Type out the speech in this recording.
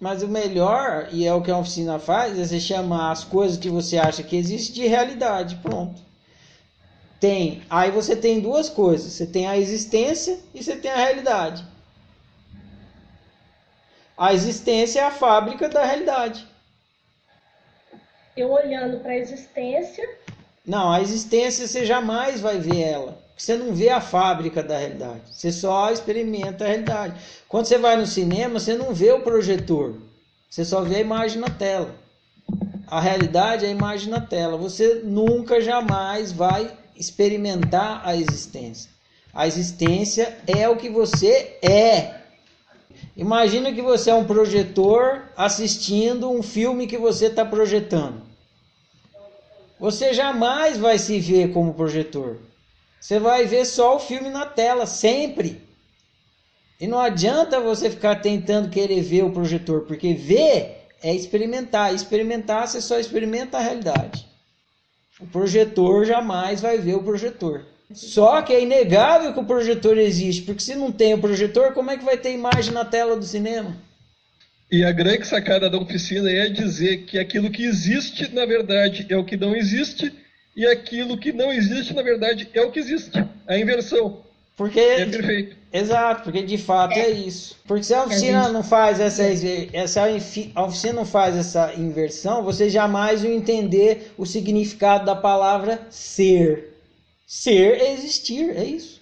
Mas o melhor, e é o que a oficina faz, é você chamar as coisas que você acha que existem de realidade. Pronto. Aí você tem duas coisas. Você tem a existência e você tem a realidade. A existência é a fábrica da realidade. Eu olhando para a existência. Não, a existência você jamais vai ver ela. Você não vê a fábrica da realidade. Você só experimenta a realidade. Quando você vai no cinema, você não vê o projetor. Você só vê a imagem na tela. A realidade é a imagem na tela. Você nunca, jamais vai experimentar a existência. A existência é o que você é. Imagina que você é um projetor assistindo um filme que você está projetando. Você jamais vai se ver como projetor. Você vai ver só o filme na tela, sempre. E não adianta você ficar tentando querer ver o projetor, porque ver é experimentar. Experimentar, você só experimenta a realidade. O projetor jamais vai ver o projetor. Só que é inegável que o projetor existe, porque se não tem o projetor, como é que vai ter imagem na tela do cinema? E a grande sacada da oficina é dizer que aquilo que existe, na verdade, é o que não existe, e aquilo que não existe, na verdade, é o que existe. A inversão. Porque, É perfeito. exato, porque de fato é isso. Porque se a oficina não faz a oficina não faz essa inversão, você jamais vai entender o significado da palavra ser. Ser é existir, é isso.